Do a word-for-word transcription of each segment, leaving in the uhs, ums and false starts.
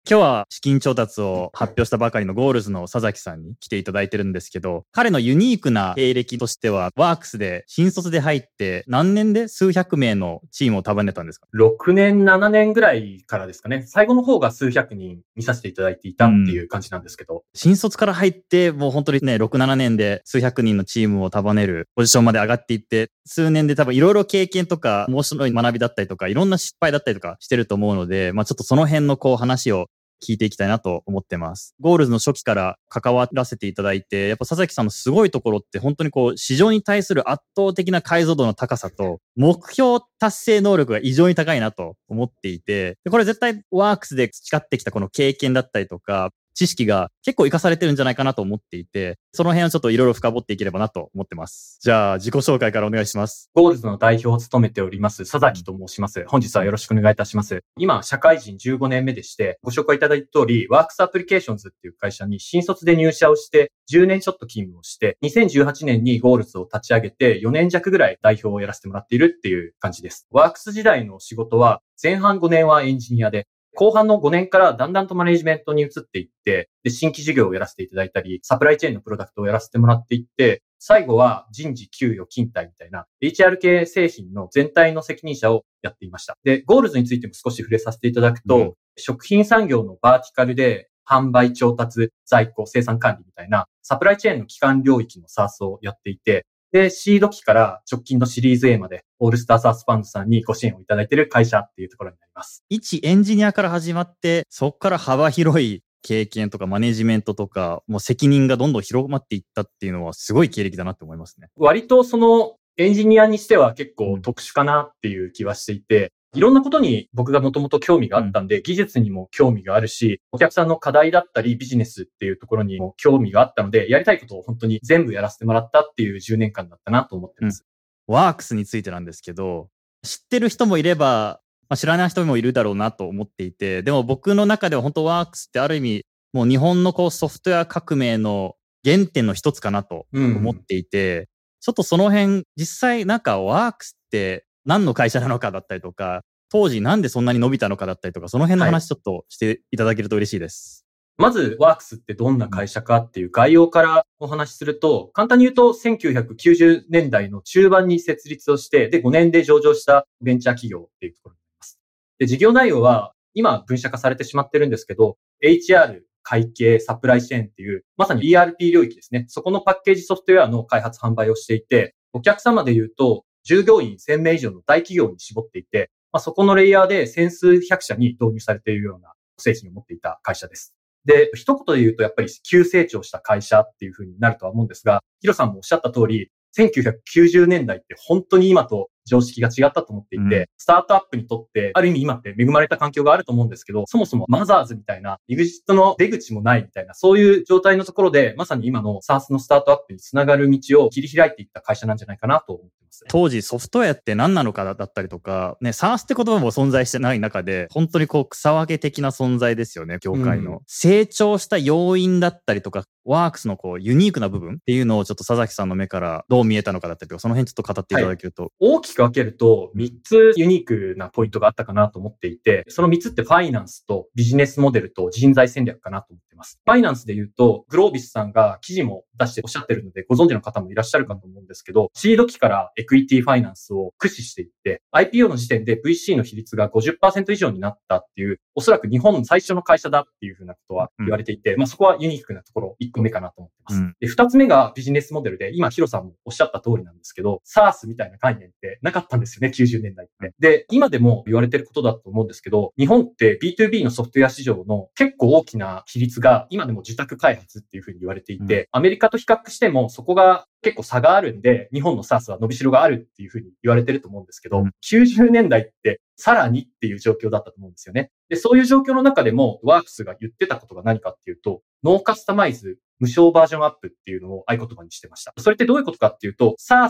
今日は資金調達を発表したばかりのゴールズの佐崎さんに来ていただいてるんですけど、彼のユニークな経歴としては、ワークスで新卒で入って何年で数百名のチームを束ねたんですか？ ろくねん、ななねんぐらいからですかね。最後の方が数百人見させていただいていたっていう感じなんですけど。うん、 新卒から入って、もう本当にね、ろく、ななねんで数百人のチームを束ねるポジションまで上がっていって、数年で多分いろいろ経験とか、面白い学びだったりとか、いろんな失敗だったりとかしてると思うので、まあちょっとその辺のこう話を聞いていきたいなと思ってます。ゴールズの初期から関わらせていただいて、やっぱ佐々木さんのすごいところって本当にこう市場に対する圧倒的な解像度の高さと目標達成能力が異常に高いなと思っていて、でこれ絶対ワークスで培ってきたこの経験だったりとか知識が結構活かされてるんじゃないかなと思っていて、その辺をちょっといろいろ深掘っていければなと思ってます。じゃあ自己紹介からお願いします。 ゴールズの代表を務めております佐々木と申します。本日はよろしくお願いいたします。今社会人じゅうごねんめでして、ご紹介いただいた通りワークスアプリケーションズっていう会社に新卒で入社をしてじゅうねんちょっと勤務をして、にせんじゅうはちねんにゴールズを立ち上げてよねん弱ぐらい代表をやらせてもらっているっていう感じです。ワークス時代の仕事は前半ごねんはエンジニアで、後半のごねんからだんだんとマネジメントに移っていって、で、新規事業をやらせていただいたり、サプライチェーンのプロダクトをやらせてもらっていって、最後は人事、給与、勤怠みたいな エイチアール 系製品の全体の責任者をやっていました。で、ゴールズについても少し触れさせていただくと、うん、食品産業のバーティカルで販売、調達、在庫、生産管理みたいなサプライチェーンの基幹領域の SaaS をやっていて、で、シード期から直近のシリーズ A まで、オールスターサースファンドさんにご支援をいただいている会社っていうところになります。 一エンジニアから始まって、そこから幅広い経験とかマネジメントとか、もう責任がどんどん広まっていったっていうのはすごい経歴だなって思いますね。 割とそのエンジニアにしては結構特殊かなっていう気はしていて、いろんなことに僕がもともと興味があったんで、うん、技術にも興味があるし、お客さんの課題だったりビジネスっていうところにも興味があったので、やりたいことを本当に全部やらせてもらったっていうじゅうねんかんだったなと思ってます。 うん、ワークスについてなんですけど、知ってる人もいれば、まあ、知らない人もいるだろうなと思っていて、でも僕の中では本当ワークスってある意味、もう日本のこうソフトウェア革命の原点の一つかなと思っていて、うん、ちょっとその辺、実際なんかワークスって何の会社なのかだったりとか、当時なんでそんなに伸びたのかだったりとか、その辺の話ちょっとしていただけると嬉しいです。 はい、まず、ワークスってどんな会社かっていう概要からお話しすると、簡単に言うとせんきゅうひゃくきゅうじゅうねんだいの中盤に設立をして、で、ごねんで上場したベンチャー企業っていうところになります。で、事業内容は今分社化されてしまってるんですけど、エイチアール、会計、サプライチェーンっていう、まさに イーアールピー 領域ですね。そこのパッケージソフトウェアの開発販売をしていて、お客様で言うと、従業員せんめい以上の大企業に絞っていて、まあ、そこのレイヤーで千数百社に導入されているような製品を持っていた会社です。で、一言で言うとやっぱり急成長した会社っていう風になるとは思うんですが、ヒロさんもおっしゃった通り、せんきゅうひゃくきゅうじゅうねんだいって本当に今と常識が違ったと思っていて、うん、スタートアップにとってある意味今って恵まれた環境があると思うんですけど、そもそもマザーズみたいなエグジットの出口もないみたいなそういう状態のところで、まさに今の SaaS のスタートアップにつながる道を切り開いていった会社なんじゃないかなと思ってます、ね。 当時ソフトウェアって何なのかだったりとか、ね、SaaS って言葉も存在してない中で、本当にこう草分け的な存在ですよね、業界の。うん、成長した要因だったりとか、ワークスのこうユニークな部分っていうのをちょっと佐々木さんの目からどう見えたのかだったりとか、その辺ちょっと語っていただけると。はい、 大きく分けるとみっつユニークなポイントがあったかなと思っていて、そのみっつってファイナンスとビジネスモデルと人材戦略かなと思ってます。ファイナンスで言うと、グロービスさんが記事も出しておっしゃってるのでご存知の方もいらっしゃるかと思うんですけど、シード期からエクイティファイナンスを駆使していって、アイピーオー の時点で ブイシー の比率が ごじゅっパーセント 以上になったっていう、おそらく日本最初の会社だっていうふうなことは言われていて、うん、まあそこはユニークなところいっこめかなと思ってます。うん、で、ふたつめがビジネスモデルで、今ヒロさんもおっしゃった通りなんですけど、SaaS みたいな概念ってなかったんですよね、きゅうじゅうねんだいって。で、今でも言われてることだと思うんですけど、日本って ビーツービー のソフトウェア市場の結構大きな比率が今でも受託開発っていうふうに言われていて、うん、アメリカと比較してもそこが結構差があるんで、日本の SaaS は伸びしろがあるっていうふうに言われてると思うんですけど、うん、きゅうじゅうねんだいってさらにっていう状況だったと思うんですよね。で、そういう状況の中でもワークスが言ってたことが何かっていうと、ノーカスタマイズ無償バージョンアップっていうのを合言葉にしてました。それってどういうことかっていうと、SaaS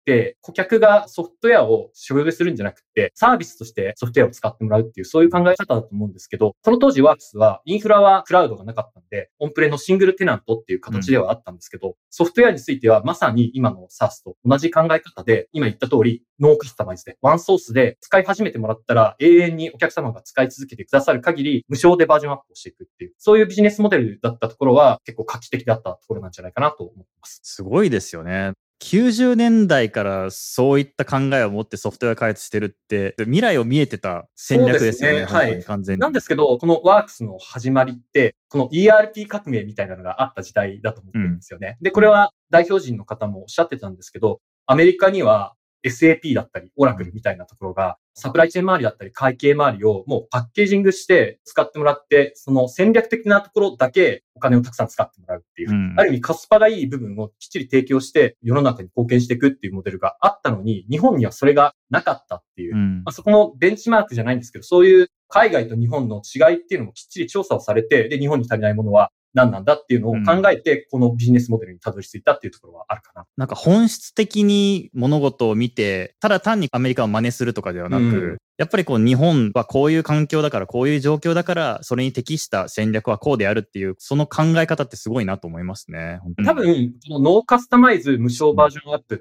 って顧客がソフトウェアを所有するんじゃなくて、サービスとしてソフトウェアを使ってもらうっていう、そういう考え方だと思うんですけど、その当時ワークスはインフラはクラウドがなかったんで、オンプレのシングルテナントっていう形ではあったんですけど、うん、ソフトウェアについてはまさに今の SaaS と同じ考え方で、今言った通り、ノーカスタマイズで、ワンソースで使い始めてもらったら永遠にお客様が使い続けてくださる限り、無償でバージョンアップをしていくっていう、そういうビジネスモデルだったところは結構画期的だったところなんじゃないかなと思ってます。 すごいですよね。きゅうじゅうねんだいからそういった考えを持ってソフトウェア開発してるって、未来を見えてた戦略ですよね。 そうですね。 本当に完全に。 なんですけど、このワークスの始まりって、この イーアールピー 革命みたいなのがあった時代だと思ってるんですよね。うん、で、これは代表人の方もおっしゃってたんですけど、アメリカにはエスエーピー だったり、オラクルみたいなところが、サプライチェーン周りだったり、会計周りをもうパッケージングして使ってもらって、その戦略的なところだけお金をたくさん使ってもらうっていう、うん、ある意味コスパがいい部分をきっちり提供して世の中に貢献していくっていうモデルがあったのに、日本にはそれがなかったっていう、うん、まあ、そこのベンチマークじゃないんですけど、そういう海外と日本の違いっていうのもきっちり調査をされて、で、日本に足りないものは何なんだっていうのを考えて、このビジネスモデルにたどり着いたっていうところはあるかな。 なんか本質的に物事を見て、ただ単にアメリカを真似するとかではなく、うん、やっぱりこう日本はこういう環境だから、こういう状況だから、それに適した戦略はこうであるっていう、その考え方ってすごいなと思いますね。 多分、このノーカスタマイズ無償バージョンアップって、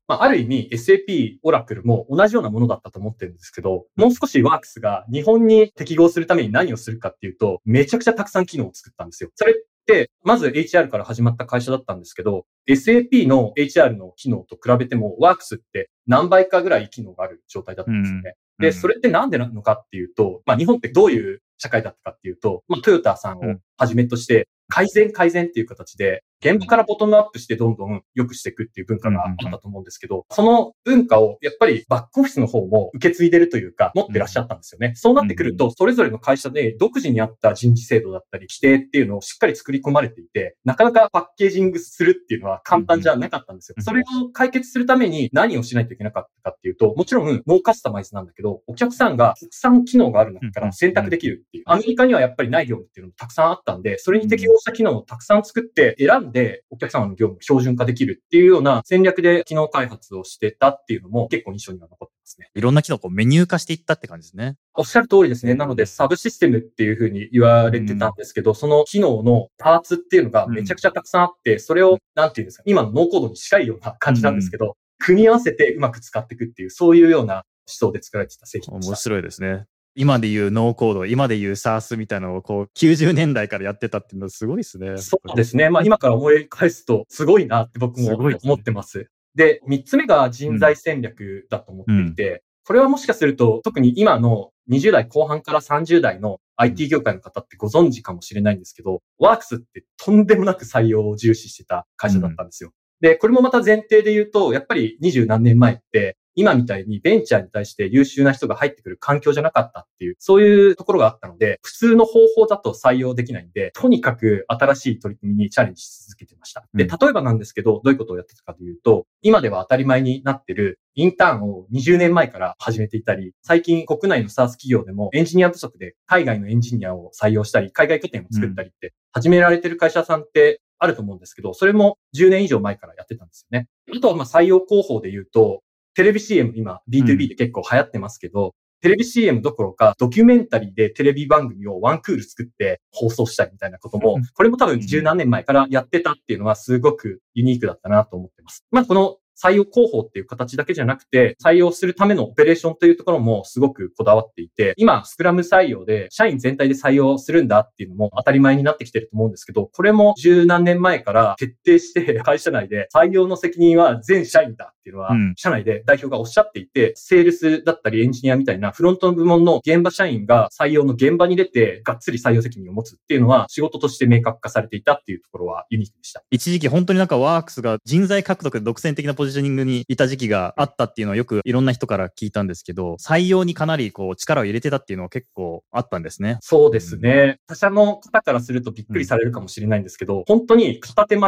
まあ、ある意味 エスエーピー、オラクルも同じようなものだったと思ってるんですけど、もう少しワークスが日本に適合するために何をするかっていうと、めちゃくちゃたくさん機能を作ったんですよ。それで、まず エイチアール から始まった会社だったんですけど、エスエーピー の エイチアール の機能と比べても、ワークスって何倍かぐらい機能がある状態だったんですよね。うん、で、それってなんでなのかっていうと、まあ日本ってどういう社会だったかっていうと、まあトヨタさんをはじめとして、改善改善っていう形で、現場からボトムアップしてどんどん良くしていくっていう文化があったと思うんですけど、その文化をやっぱりバックオフィスの方も受け継いでるというか、持ってらっしゃったんですよね。そうなってくると、それぞれの会社で独自にあった人事制度だったり規定っていうのをしっかり作り込まれていて、なかなかパッケージングするっていうのは簡単じゃなかったんですよ。それを解決するために何をしないといけなかったかっていうと、もちろんノーカスタマイズなんだけど、お客さんがたくさん機能がある中から選択できるっていう。アメリカにはやっぱりない業務っていうのもたくさんあったんで、それに適応した機能をたくさん作って選んでお客様の業務を標準化できるっていうような戦略で機能開発をしてたっていうのも結構印象には残ってますね。 いろんな機能をこうメニュー化していったって感じですね。 おっしゃる通りですね。なのでサブシステムっていうふうに言われてたんですけど、その機能のパーツっていうのがめちゃくちゃたくさんあって、それをなんていうんですか、今のノーコードに近いような感じなんですけど、組み合わせてうまく使っていくっていう、そういうような思想で作られてた製品でした。 面白いですね。今で言うノーコード、今で言う SaaS みたいなのをこうきゅうじゅうねんだいからやってたっていうのはすごいですね。 そうですね。まあ今から思い返すとすごいなって僕も思ってます。で、三つ目が人材戦略だと思っていて、うん、これはもしかすると特に今のにじゅうだいこう半からさんじゅうだいの アイティー 業界の方ってご存知かもしれないんですけど、ワークスってとんでもなく採用を重視してた会社だったんですよ。うん、で、これもまた前提で言うと、やっぱりにじゅうなんねんまえって、今みたいにベンチャーに対して優秀な人が入ってくる環境じゃなかったっていう、そういうところがあったので、普通の方法だと採用できないんで、とにかく新しい取り組みにチャレンジし続けてました。で、例えばなんですけど、どういうことをやってたかというと、今では当たり前になってるインターンをにじゅうねんまえから始めていたり、最近国内の SaaS 企業でもエンジニア不足で海外のエンジニアを採用したり、海外拠点を作ったりって始められてる会社さんってあると思うんですけど、それもじゅうねん以上前からやってたんですよね。あとはまあ採用広報で言うと、テレビ シーエム 今 ビーツービー で結構流行ってますけど、うん、テレビ シーエム どころかドキュメンタリーでテレビ番組をワンクール作って放送したりみたいなことも、これも多分十何年前からやってたっていうのはすごくユニークだったなと思ってます。まあこの採用広報っていう形だけじゃなくて、採用するためのオペレーションというところもすごくこだわっていて、今、スクラム採用で社員全体で採用するんだっていうのも当たり前になってきてると思うんですけど、これも十何年前から徹底して会社内で採用の責任は全社員だっていうのは、社内で代表がおっしゃっていて、セールスだったりエンジニアみたいなフロントの部門の現場社員が採用の現場に出て、がっつり採用責任を持つっていうのは仕事として明確化されていたっていうところはユニークでした。 一時期本当になんかワークスが人材獲得で独占的なポジショニングにいた時期があったっていうのはよくいろんな人から聞いたんですけど、採用にかなりこう力を入れてたっていうのは結構あったんですね。 そうですね。他社の方からするとびっくりされるかもしれないんですけど、うん、本当に片手間でやっ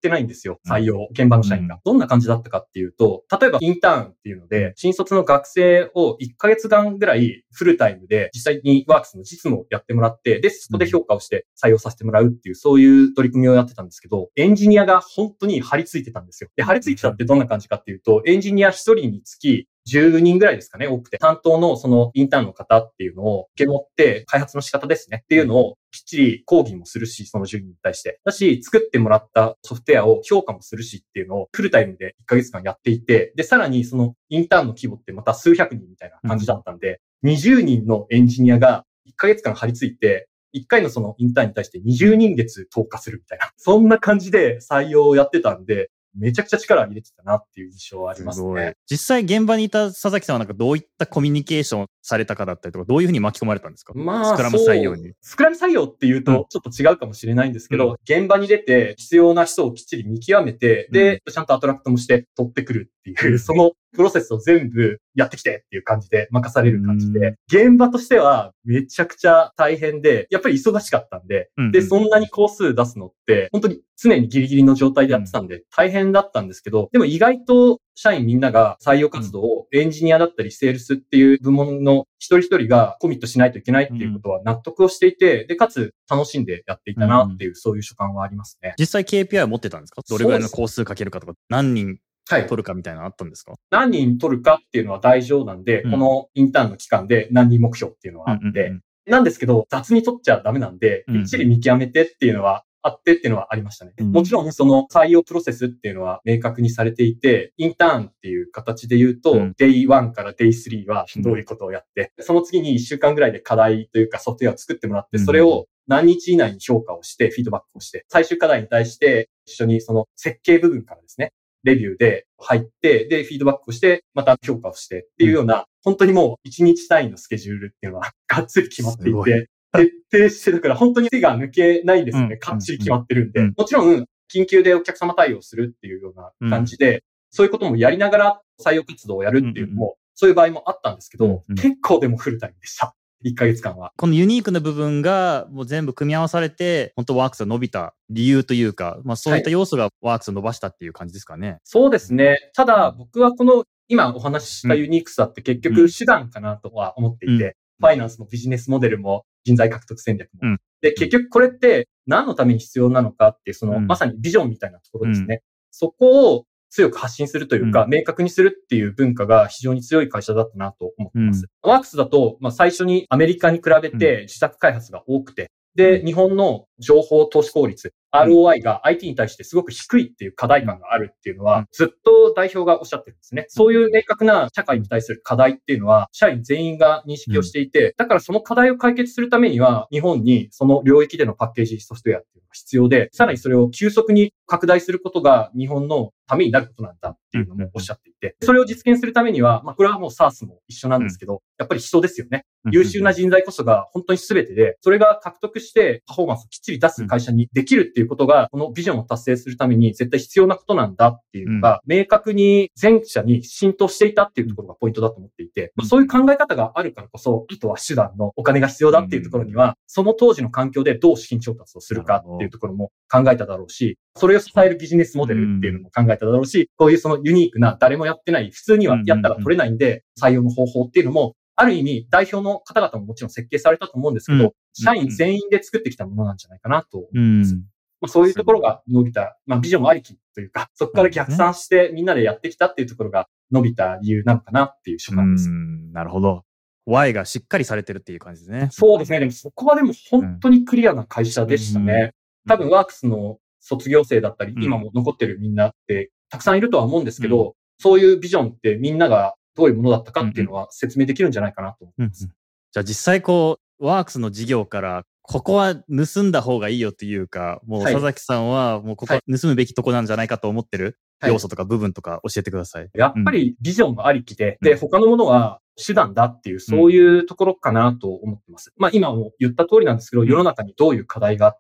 ってないんですよ。採用、現場の社員が。どんな感じだったかっていうと、例えばインターンっていうので、新卒の学生をいっかげつかんぐらいフルタイムで実際にワークスの実務をやってもらって、で、そこで評価をして採用させてもらうっていう、そういう取り組みをやってたんですけど、エンジニアが本当に張り付いてたんですよ。で、張り付いてたってどんな感じかっていうと、エンジニアひとりにつき、じゅうにんぐらいですかね、多くて。担当のそのインターンの方っていうのを受け持って、開発の仕方ですねっていうのをきっちり講義もするし、そのじゅうにんに対して。だし、作ってもらったソフトウェアを評価もするしっていうのをフルタイムでいっかげつかんやっていて、で、さらにそのインターンの規模ってまた数百人みたいな感じだったんで、にじゅうにんのエンジニアがいっかげつかん張り付いて、いっかいのそのインターンに対してにじゅうにん月投下するみたいな。そんな感じで採用をやってたんで、めちゃくちゃ力を入れてたなっていう印象はありますね。 実際現場にいた佐々木さんはなんかどういったコミュニケーションされたかだったりとか、どういうふうに巻き込まれたんですか？ まあ、 スクラム採用に。 スクラム採用っていうとちょっと違うかもしれないんですけど、うん、現場に出て必要な人をきっちり見極めて、うん、で、ちゃんとアトラクトもして取ってくるっていう、うん、そのプロセスを全部やってきてっていう感じで任される感じで、現場としてはめちゃくちゃ大変で、やっぱり忙しかったんで、うんうん、で、そんなに工数出すのって、本当に常にギリギリの状態でやってたんで、大変だったんですけど、でも意外と社員みんなが採用活動をエンジニアだったりセールスっていう部門の一人一人がコミットしないといけないっていうことは納得をしていて、で、かつ楽しんでやっていたなっていう、そういう所感はありますね。 実際 ケーピーアイ を持ってたんですか？どれぐらいの工数かけるかとか、何人取るかみたいなのあったんですか？はい、 何人取るかっていうのは大丈夫なんで、うん、このインターンの期間で何人目標っていうのはあって、うんうんうん、なんですけど、雑に取っちゃダメなんで、きっちり見極めてっていうのはあってっていうのはありましたね。うん、もちろんその採用プロセスっていうのは明確にされていて、インターンっていう形で言うと、うん、デイワン から デイスリー はどういうことをやって、うん、その次にいっしゅうかんぐらいで課題というかソフトウェアを作ってもらって、それを何日以内に評価をして、フィードバックをして、最終課題に対して一緒にその設計部分からですね、レビューで入って、で、フィードバックをして、また評価をしてっていうような、うん、本当にもう一日単位のスケジュールっていうのはがっつり決まっていて、徹底してるから本当に手が抜けないんですよね。かっちり決まってるんで。うん、もちろん、緊急でお客様対応するっていうような感じで、うん、そういうこともやりながら採用活動をやるっていうのも、そういう場合もあったんですけど、うんうん、結構でもフルタイムでした。いっかげつかんは。 このユニークな部分がもう全部組み合わされて、本当ワークスが伸びた理由というか、まあそういった要素がワークスを伸ばしたっていう感じですかね。はい、 そうですね。ただ僕はこの今お話ししたユニークさって結局手段かなとは思っていて、うんうん、ファイナンスもビジネスモデルも人材獲得戦略も。うん、で、結局これって何のために必要なのかっていう、その、うん、まさにビジョンみたいなところですね。うん、そこを強く発信するというか、うん、明確にするっていう文化が非常に強い会社だったなと思ってます。うん、ワークスだと、まあ、最初にアメリカに比べて自作開発が多くて、で、日本の情報投資効率、アールオーアイ が アイティー に対してすごく低いっていう課題感があるっていうのは、ずっと代表がおっしゃってるんですね。そういう明確な社会に対する課題っていうのは、社員全員が認識をしていて、だからその課題を解決するためには、日本にその領域でのパッケージソフトウェアっていうのが必要で、さらにそれを急速に拡大することが日本のためになることなんだっていうのもおっしゃっていて、それを実現するためには、まあこれはもう SaaS も一緒なんですけど、やっぱり人ですよね。優秀な人材こそが本当に全てで、それが獲得してパフォーマンスをきっちり出す会社にできるっていうことが、このビジョンを達成するために絶対必要なことなんだっていうのが、明確に全社に浸透していたっていうところがポイントだと思っていて、まあ、そういう考え方があるからこそ、あとは手段のお金が必要だっていうところには、その当時の環境でどう資金調達をするかっていうところも考えただろうし、それを支えるビジネスモデルっていうのも考えただろうし、こういうそのユニークな誰もやってない、普通にはやったら取れないんで、採用の方法っていうのも、ある意味代表の方々ももちろん設計されたと思うんですけど、うん、社員全員で作ってきたものなんじゃないかなと思います。うん、まあ、そういうところが伸びた、まあ、ビジョンありきというか、そこから逆算してみんなでやってきたっていうところが伸びた理由なのかなっていう所感です。 うん、なるほど。ワイ がしっかりされてるっていう感じですね。 そうですね。でもそこはでも本当にクリアな会社でしたね。うん、多分ワークスの卒業生だったり、うん、今も残ってるみんなってたくさんいるとは思うんですけど、うん、そういうビジョンってみんながどういうものだったかっていうのは説明できるんじゃないかなと思います。 うんうん、じゃあ実際こう、ワークスの事業からここは盗んだ方がいいよというか、もう佐々木さんはもうここは盗むべきとこなんじゃないかと思ってる要素とか部分とか教えてください。はい、 やっぱりビジョンがありきで、うん、で、他のものは手段だっていう、そういうところかなと思ってます。うん、まあ今も言った通りなんですけど、世の中にどういう課題があって、うん、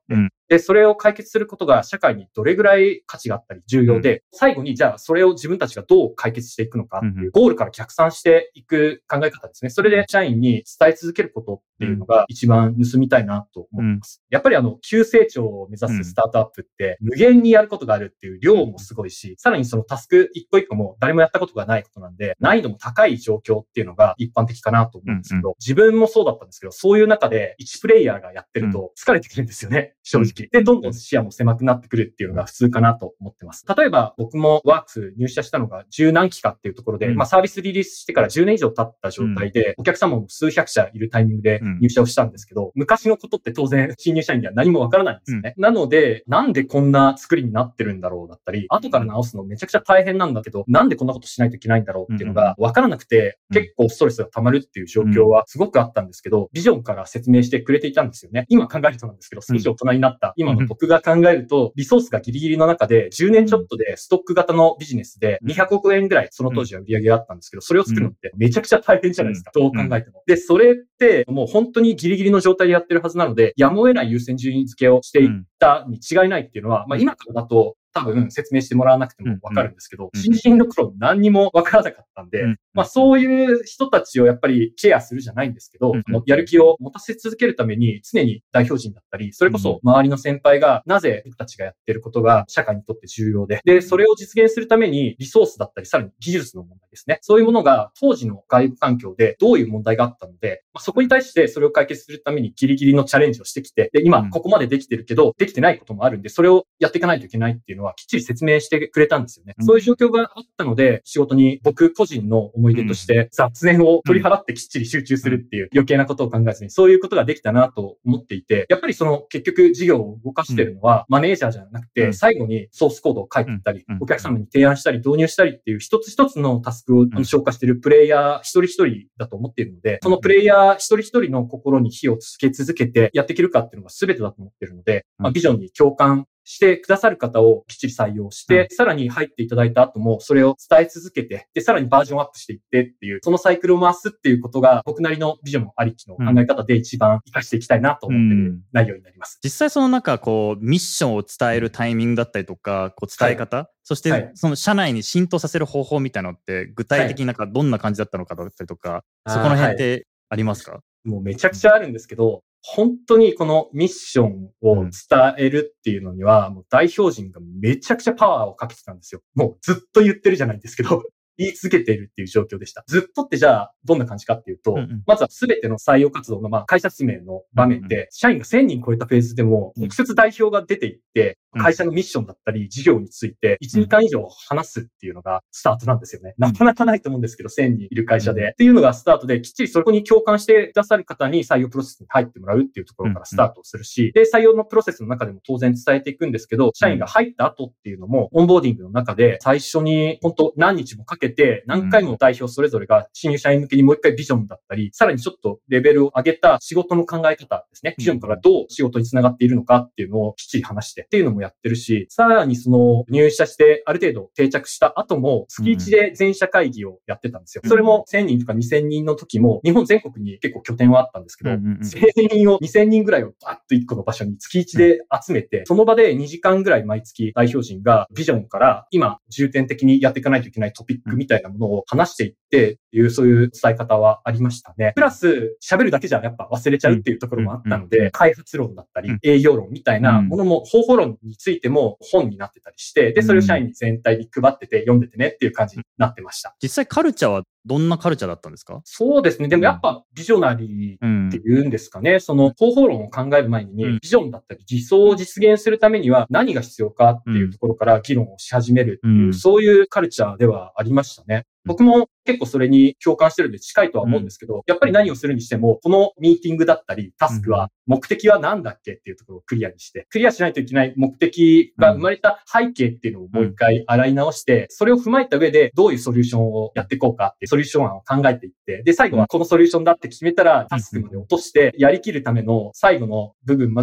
で、それを解決することが社会にどれぐらい価値があったり重要で、うん、最後にじゃあそれを自分たちがどう解決していくのかっていうゴールから逆算していく考え方ですね。それで社員に伝え続けることっていうのが一番盗みたいなと思います。うん、やっぱりあの、急成長を目指すスタートアップって無限にやることがあるっていう量もすごいし、さらにそのタスク一個一個も誰もやったことがないことなんで、難易度も高い状況っていうのが一般的かなと思うんですけど、うんうん、自分もそうだったんですけど、そういう中でいちプレイヤーがやってると疲れてくるんですよね、正直。で、どんどん視野も狭くなってくるっていうのが普通かなと思ってます。例えば僕もワークス入社したのが十何期かっていうところで、うん、まあサービスリリースしてからじゅうねん以上経った状態で、お客様も数百社いるタイミングで入社をしたんですけど、昔のことって当然新入社員には何もわからないんですよね。うん、なので、なんでこんな作りになってるんだろうだったり、後から直すのめちゃくちゃ大変なんだけど、なんでこんなことしないといけないんだろうっていうのがわからなくて、結構ストレスが溜まるっていう状況はすごくあったんですけど、ビジョンから説明してくれていたんですよね。今考えるとなんですけど、少し大人になった今の僕が考えると、リソースがギリギリの中でじゅうねんちょっとでストック型のビジネスでにひゃくおくえんぐらいその当時は売り上げがあったんですけど、それを作るのってめちゃくちゃ大変じゃないですか。どう考えても。で、それってもう本当にギリギリの状態でやってるはずなので、やむを得ない優先順位付けをしていったに違いないっていうのは、まあ今からだと多分説明してもらわなくてもわかるんですけど、新人の頃何にもわからなかったんで、まあそういう人たちをやっぱりケアするじゃないんですけど、やる気を持たせ続けるために常に代表陣だったり、それこそ周りの先輩がなぜ僕たちがやってることが社会にとって重要で、で、それを実現するためにリソースだったり、さらに技術の問題ですね。そういうものが当時の外部環境でどういう問題があったので、まあ、そこに対してそれを解決するためにギリギリのチャレンジをしてきて、で、今ここまでできてるけど、できてないこともあるんで、それをやっていかないといけないっていうのはきっちり説明してくれたんですよね。そういう状況があったので、仕事に僕個人の思い出として雑念を取り払ってきっちり集中するっていう余計なことを考えずに、そういうことができたなと思っていて、やっぱりその結局事業を動かしてるのはマネージャーじゃなくて、最後にソースコードを書いていったり、お客様に提案したり導入したりっていう一つ一つのタスクを消化しているプレイヤー一人一人だと思っているので、そのプレイヤー一人一人の心に火をつけ続けてやっていけるかっていうのが全てだと思っているので、まあ、ビジョンに共感してくださる方をきっちり採用して、うん、さらに入っていただいた後もそれを伝え続けて、で、さらにバージョンアップしていってっていう、そのサイクルを回すっていうことが僕なりのビジョンありきの考え方で一番活かしていきたいなと思っている内容になります。 うん、実際その中、こう、ミッションを伝えるタイミングだったりとか、こう伝え方、はい、そしてその社内に浸透させる方法みたいなのって具体的になんかどんな感じだったのかだったりとか、はい、そこの辺ってありますか？はい、 もうめちゃくちゃあるんですけど、本当にこのミッションを伝えるっていうのには、もう代表陣がめちゃくちゃパワーをかけてたんですよ。もうずっと言ってるじゃないですけど、言い続けているっていう状況でした。ずっとってじゃあどんな感じかっていうと、うんうん、まずは全ての採用活動のまあ会社指名の場面で、社員がせんにん超えたフェーズでも、直接代表が出ていって、会社のミッションだったり事業についていちじかん以上話すっていうのがスタートなんですよね。なかなかないと思うんですけど、せんにんいる会社で。っていうのがスタートで、きっちりそこに共感してくださる方に採用プロセスに入ってもらうっていうところからスタートをするし、で、採用のプロセスの中でも当然伝えていくんですけど、社員が入った後っていうのも、オンボーディングの中で最初に本当何日もかけて何回も代表それぞれが新入社員向けにもう一回ビジョンだったり、さらにちょっとレベルを上げた仕事の考え方ですね。ビジョンからどう仕事につながっているのかっていうのをきっちり話してっていうのもやってるし、さらにその入社してある程度定着した後も月いちで全社会議をやってたんですよ。それもせんにんとかにせんにんの時も日本全国に結構拠点はあったんですけど、せんにんをにせんにんぐらいをバッといっこの場所に月いちで集めて、その場でにじかんぐらい毎月代表陣がビジョンから今重点的にやっていかないといけないトピックみたいなものを話していってっていうそういう伝え方はありましたね。プラス喋るだけじゃやっぱ忘れちゃうっていうところもあったので、開発論だったり営業論みたいなものも方法論についても本になってたりして、で、それを社員に全体に配ってて読んでてねっていう感じになってました。 実際カルチャーはどんなカルチャーだったんですか？ そうですね。でもやっぱビジョナリーっていうんですかね。うん、その方法論を考える前に、ビジョンだったり理想を実現するためには何が必要かっていうところから議論をし始めるっていう、うん、そういうカルチャーではありましたね。僕も結構それに共感してるんで近いとは思うんですけど、うん、やっぱり何をするにしても、このミーティングだったり、タスクは、目的は何だっけっていうところをクリアにして、クリアしないといけない目的が生まれた背景っていうのをもう一回洗い直して、それを踏まえた上でどういうソリューションをやっていこうかっていうソリューション案を考えていって、で、最後はこのソリューションだって決めたら、タスクまで落として、やりきるための最後の部分まで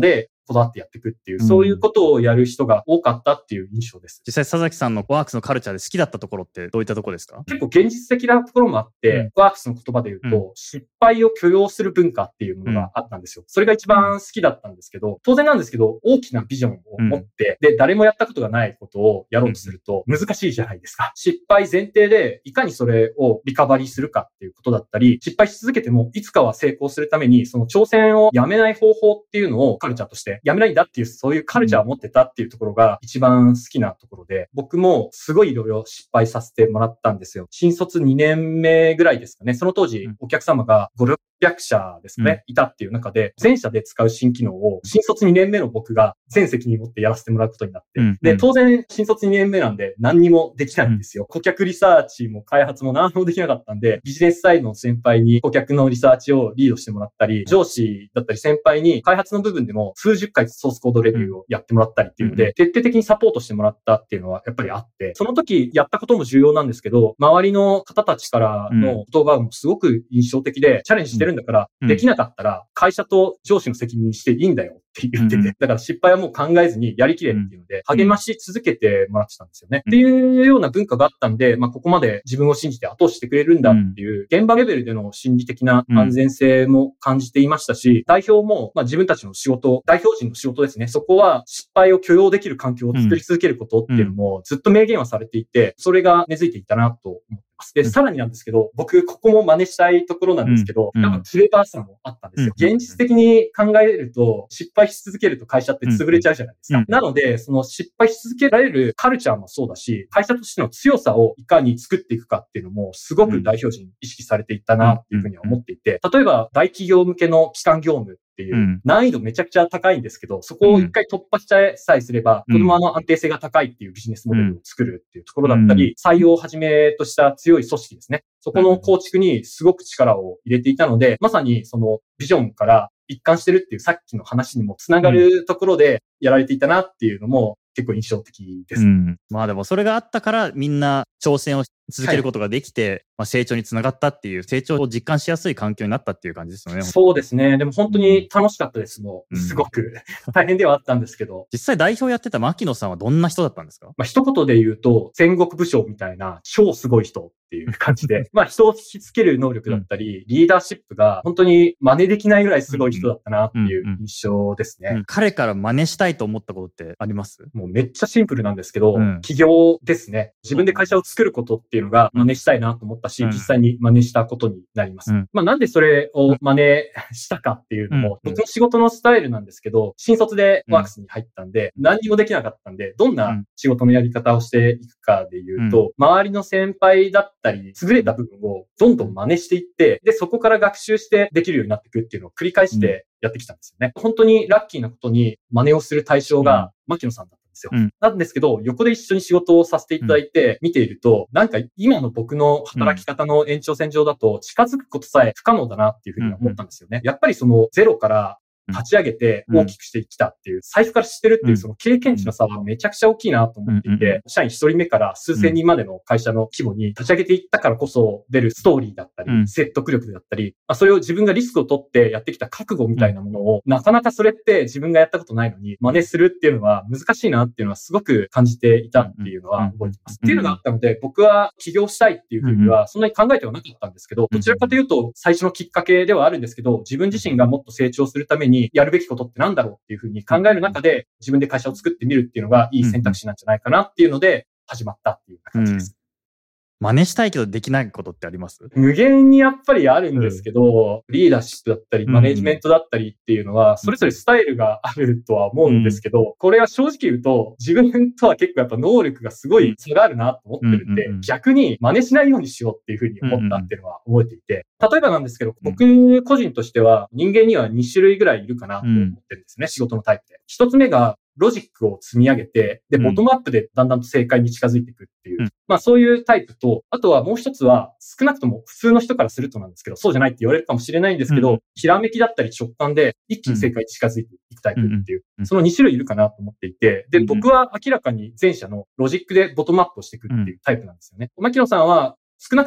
こだわってやっていくっていう、そういうことをやる人が多かったっていう印象です。 実際、佐々木さんのワークスのカルチャーで好きだったところってどういったところですか？ 結構現実的なところもあって、うん、ワークスの言葉で言うと、うん、失敗を許容する文化っていうものがあったんですよ。それが一番好きだったんですけど、当然なんですけど、大きなビジョンを持って、うん、で、誰もやったことがないことをやろうとすると難しいじゃないですか。失敗前提で、いかにそれをリカバリーするかっていうことだったり、失敗し続けても、いつかは成功するために、その挑戦をやめない方法っていうのをカルチャーとしてやめないんだっていう、そういうカルチャーを持ってたっていうところが一番好きなところで、僕もすごいいろいろ失敗させてもらったんですよ。新卒にねんめぐらいですかね。その当時、お客様がご、ろっぴゃくしゃですかね、うん、いたっていう中で、全社で使う新機能を新卒にねんめの僕が全責任持ってやらせてもらうことになって、うん、で、当然新卒にねんめなんで何にもできないんですよ。顧客リサーチも開発も何もできなかったんで、ビジネスサイドの先輩に顧客のリサーチをリードしてもらったり、上司だったり先輩に開発の部分でも数十回ソースコードレビューをやってもらったりっていうので、徹底的にサポートしてもらったっていうのはやっぱりあって、その時やったことも重要なんですけど、周りの方たちからの言葉もすごく印象的で、チャレンジしてるんだから、できなかったら会社と上司の責任にしていいんだよって言ってて、だから失敗はもう考えずにやりきれっていうので、励まし続けてもらってたんですよね。っていうような文化があったんで、まあここまで自分を信じて後押ししてくれるんだっていう、現場レベルでの心理的な安全性も感じていましたし、代表もまあ自分たちの仕事、代表陣の仕事ですね。そこは失敗を許容できる環境を作り続けることっていうのもずっと明言はされていて、それが根付いていたなと思ってます。で、さらになんですけど、僕、ここも真似したいところなんですけど、やっぱクレバーさもあったんですよ。現実的に考えると、失敗し続けると会社って潰れちゃうじゃないですか。なので、その失敗し続けられるカルチャーもそうだし、会社としての強さをいかに作っていくかっていうのも、すごく代表陣意識されていったなっていうふうには思っていて、例えば大企業向けの基幹業務っていう難易度めちゃくちゃ高いんですけど、そこを一回突破しちゃえさえすれば、とてもあの安定性が高いっていうビジネスモデルを作るっていうところだったり、採用をはじめとした強い組織ですね。そこの構築にすごく力を入れていたので、まさにそのビジョンから一貫してるっていうさっきの話にもつながるところでやられていたなっていうのも結構印象的です。うん、 まあでもそれがあったからみんな挑戦を続けることができて、はい、まあ、成長につながったっていう成長を実感しやすい環境になったっていう感じですよね。 そうですね。でも本当に楽しかったです。もうすごく、うん、大変ではあったんですけど。 実際代表やってた牧野さんはどんな人だったんですか？ まあ一言で言うと戦国武将みたいな超すごい人っていう感じで、まあ人を引きつける能力だったり、うん、リーダーシップが本当に真似できないぐらいすごい人だったなっていう印象ですね。 うんうんうん、彼から真似したいと思ったことってあります？ もうめっちゃシンプルなんですけど、うん、起業ですね。自分で会社を作ることっていうのが真似したいなと思ったし、うん、実際に真似したことになります。うん、まあなんでそれを真似したかっていうのも、うん、僕の仕事のスタイルなんですけど、新卒でワークスに入ったんで、何にもできなかったんで、どんな仕事のやり方をしていくかで言うと、うん、周りの先輩だったり、優れた部分をどんどん真似していって、で、そこから学習してできるようになっていくっていうのを繰り返してやってきたんですよね。本当にラッキーなことに真似をする対象が牧野さんだったんですよ。うん、なんですけど、横で一緒に仕事をさせていただいて見ていると、なんか今の僕の働き方の延長線上だと近づくことさえ不可能だなっていうふうに思ったんですよね。やっぱりそのゼロから立ち上げて大きくしてきたっていう、最初から知ってるっていうその経験値の差はめちゃくちゃ大きいなと思っていて、社員一人目から数千人までの会社の規模に立ち上げていったからこそ出るストーリーだったり、説得力だったり、それを自分がリスクを取ってやってきた覚悟みたいなものを、なかなかそれって自分がやったことないのに真似するっていうのは難しいなっていうのはすごく感じていたっていうのは覚えてます。っていうのがあったので、僕は起業したいっていうふうにはそんなに考えてはなかったんですけど、どちらかというと最初のきっかけではあるんですけど、自分自身がもっと成長するためにやるべきことってなんだろうっていうふうに考える中で自分で会社を作ってみるっていうのがいい選択肢なんじゃないかなっていうので始まったっていう感じです。 うん、真似したいけどできないことってあります？ 無限にやっぱりあるんですけど、うん、リーダーシップだったりマネジメントだったりっていうのはそれぞれスタイルがあるとは思うんですけど、うん、これは正直言うと自分とは結構やっぱ能力がすごい差があるなと思ってるんで、逆に真似しないようにしようっていうふうに思ったっていうのは覚えていて、例えばなんですけど、僕個人としては人間にはに種類ぐらいいるかなと思ってるんですね、仕事のタイプで。一つ目がロジックを積み上げて、で、ボトムアップでだんだんと正解に近づいていくっていう、うん、まあそういうタイプと、あとはもう一つは少なくとも普通の人からするとなんですけど、そうじゃないって言われるかもしれないんですけど、うん、ひらめきだったり直感で一気に正解に近づいていくタイプっていう、うん、そのに種類いるかなと思っていて、で、僕は明らかに前者のロジックでボトムアップをしていくっていうタイプなんですよね。牧野さんは少なくとも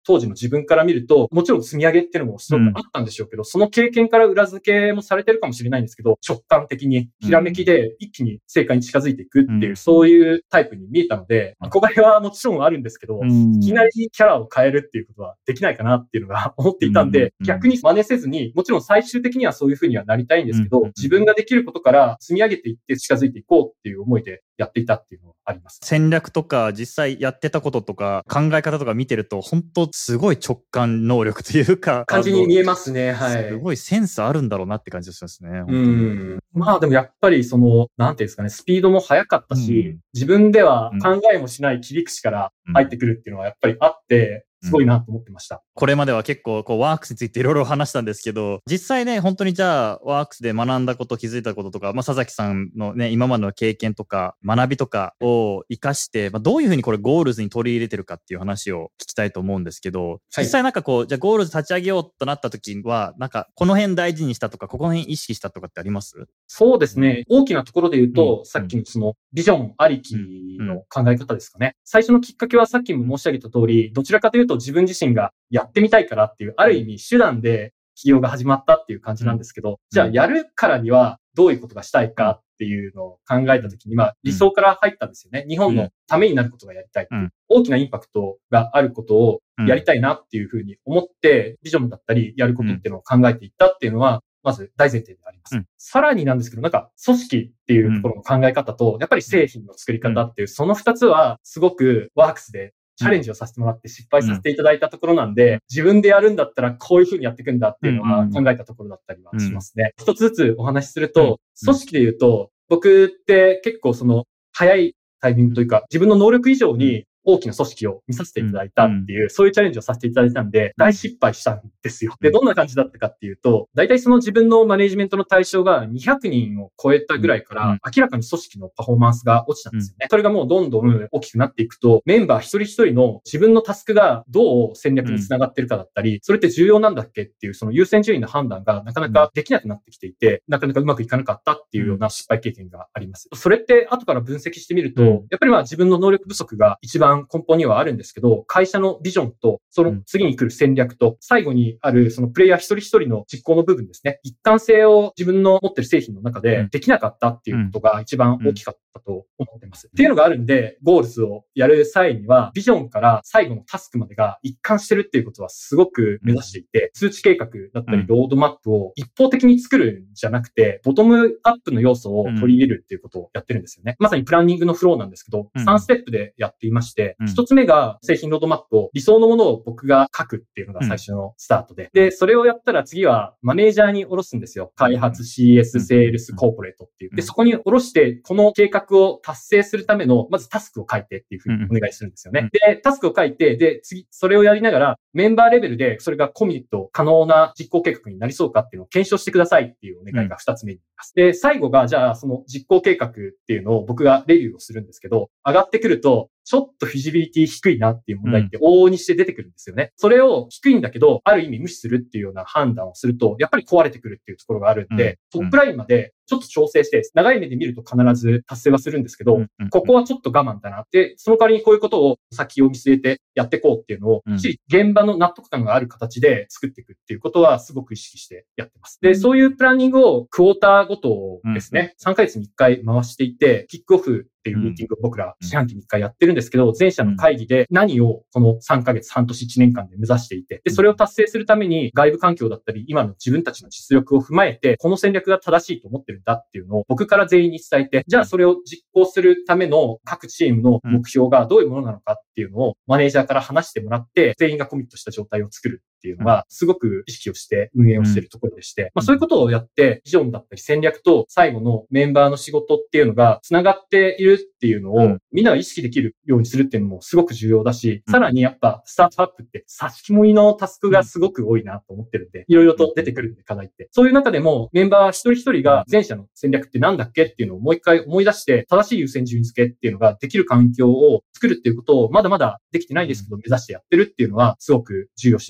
当時の自分から見ると、もちろん積み上げっていうのもすごくあったんでしょうけど、うん、その経験から裏付けもされてるかもしれないんですけど、直感的に、ひらめきで一気に成果に近づいていくっていう、うん、そういうタイプに見えたので、憧れはもちろんあるんですけど、うん、いきなりキャラを変えるっていうことはできないかなっていうのが思っていたんで、うん、逆に真似せずに、もちろん最終的にはそういうふうにはなりたいんですけど、うん、自分ができることから積み上げていって近づいていこうっていう思いでやっていたっていうのはあります。 戦略とか実際やってたこととか考え方とか見てると本当すごい直感能力というか感じに見えますね。はい。 すごいセンスあるんだろうなって感じがしますね。本当に。 うん。まあでもやっぱりそのなんていうんですかね、スピードも速かったし、うん、自分では考えもしない切り口から入ってくるっていうのはやっぱりあって。すごいなと思ってました。うん、 これまでは結構こうワークスについていろいろ話したんですけど、実際ね、本当にじゃあワークスで学んだこと、気づいたこととか、まあ、佐々木さんのね、今までの経験とか学びとかを活かして、まあ、どういうふうにこれゴールズに取り入れてるかっていう話を聞きたいと思うんですけど、実際なんかこう、じゃあゴールズ立ち上げようとなった時は、なんかこの辺大事にしたとか、ここの辺意識したとかってあります？ そうですね。うん、大きなところで言うと、うん、さっきのそのビジョンありきの考え方ですかね。うん、最初のきっかけはさっきも申し上げた通り、どちらかというと自分自身がやってみたいからっていう、ある意味手段で起業が始まったっていう感じなんですけど、うん、じゃあやるからにはどういうことがしたいかっていうのを考えたときに、まあ理想から入ったんですよね。日本のためになることがやりたいっていう、うん、大きなインパクトがあることをやりたいなっていうふうに思って、ビジョンだったりやることっていうのを考えていったっていうのは、まず大前提であります。うん、さらになんですけど、なんか組織っていうところの考え方と、やっぱり製品の作り方っていう、その二つはすごくワークスでチャレンジをさせてもらって失敗させていただいたところなんで、うん、自分でやるんだったらこういう風にやっていくんだっていうのは考えたところだったりはしますね。うん、一つずつお話しすると、うん、組織で言うと、僕って結構その早いタイミングというか、自分の能力以上に大きな組織を見させていただいたっていう、うん、そういうチャレンジをさせていただいたんで、大失敗したんですよ。で、どんな感じだったかっていうと、大体その自分のマネジメントの対象がにひゃくにんを超えたぐらいから、明らかに組織のパフォーマンスが落ちたんですよね。それがもうどんどん大きくなっていくと、メンバー一人一人の自分のタスクがどう戦略につながってるかだったり、それって重要なんだっけっていうその優先順位の判断がなかなかできなくなってきていて、なかなかうまくいかなかったっていうような失敗経験があります。それって後から分析してみると、やっぱりまあ自分の能力不足が一番根本にはあるんですけど、会社のビジョンと、その次に来る戦略と、最後にあるそのプレイヤー一人一人の実行の部分ですね。一貫性を自分の持ってる製品の中でできなかったっていうことが一番大きかったと思ってます。っていうのがあるんで、ゴールズをやる際には、ビジョンから最後のタスクまでが一貫してるっていうことはすごく目指していて、通知計画だったりロードマップを一方的に作るんじゃなくて、ボトムアップの要素を取り入れるっていうことをやってるんですよね。まさにプランニングのフローなんですけど、さんステップでやっていまして、ひとつめが製品ロードマップを理想のものを僕が書くっていうのが最初のスタートで。で、それをやったら次はマネージャーに下ろすんですよ。開発、シーエス、セールス、コーポレートっていう。で、そこに下ろして、この計画を達成するための、まずタスクを書いてっていうふうにお願いするんですよね。で、タスクを書いて、で、次、それをやりながら、メンバーレベルでそれがコミット可能な実行計画になりそうかっていうのを検証してくださいっていうお願いが二つ目になります。で、最後が、じゃあ、その実行計画っていうのを僕がレビューをするんですけど、上がってくると、ちょっとフィジビリティ低いなっていう問題って往々にして出てくるんですよね。それを低いんだけど、ある意味無視するっていうような判断をすると、やっぱり壊れてくるっていうところがあるんで、トップラインまでちょっと調整して、長い目で見ると必ず達成はするんですけど、ここはちょっと我慢だなって、その代わりにこういうことを先を見据えてやっていこうっていうのを、きっちり現場の納得感がある形で作っていくっていうことはすごく意識してやってます。で、そういうプランニングをクォーターごとですね、さんかげつにいっかい回していて、キックオフっていうミーティングを僕ら四半期にいっかいやってるんですけど、全社の会議で何をこのさんかげつ、半年、いちねんかんで目指していて、で、それを達成するために外部環境だったり、今の自分たちの実力を踏まえて、この戦略が正しいと思ってるんだっていうのを僕から全員に伝えて、じゃあそれを実行するための各チームの目標がどういうものなのかっていうのをマネージャーから話してもらって、全員がコミットした状態を作るっていうのは、すごく意識をして運営をしているところでして、まあそういうことをやって、ビジョンだったり戦略と最後のメンバーの仕事っていうのが繋がっているっていうのを、みんなが意識できるようにするっていうのもすごく重要だし、さらにやっぱスタートアップって差し肝のタスクがすごく多いなと思ってるんで、いろいろと出てくるんで課題って。そういう中でもメンバー一人一人が前者の戦略ってなんだっけっていうのをもう一回思い出して、正しい優先順位付けっていうのができる環境を作るっていうことをまだまだできてないですけど目指してやってるっていうのはすごく重要視してること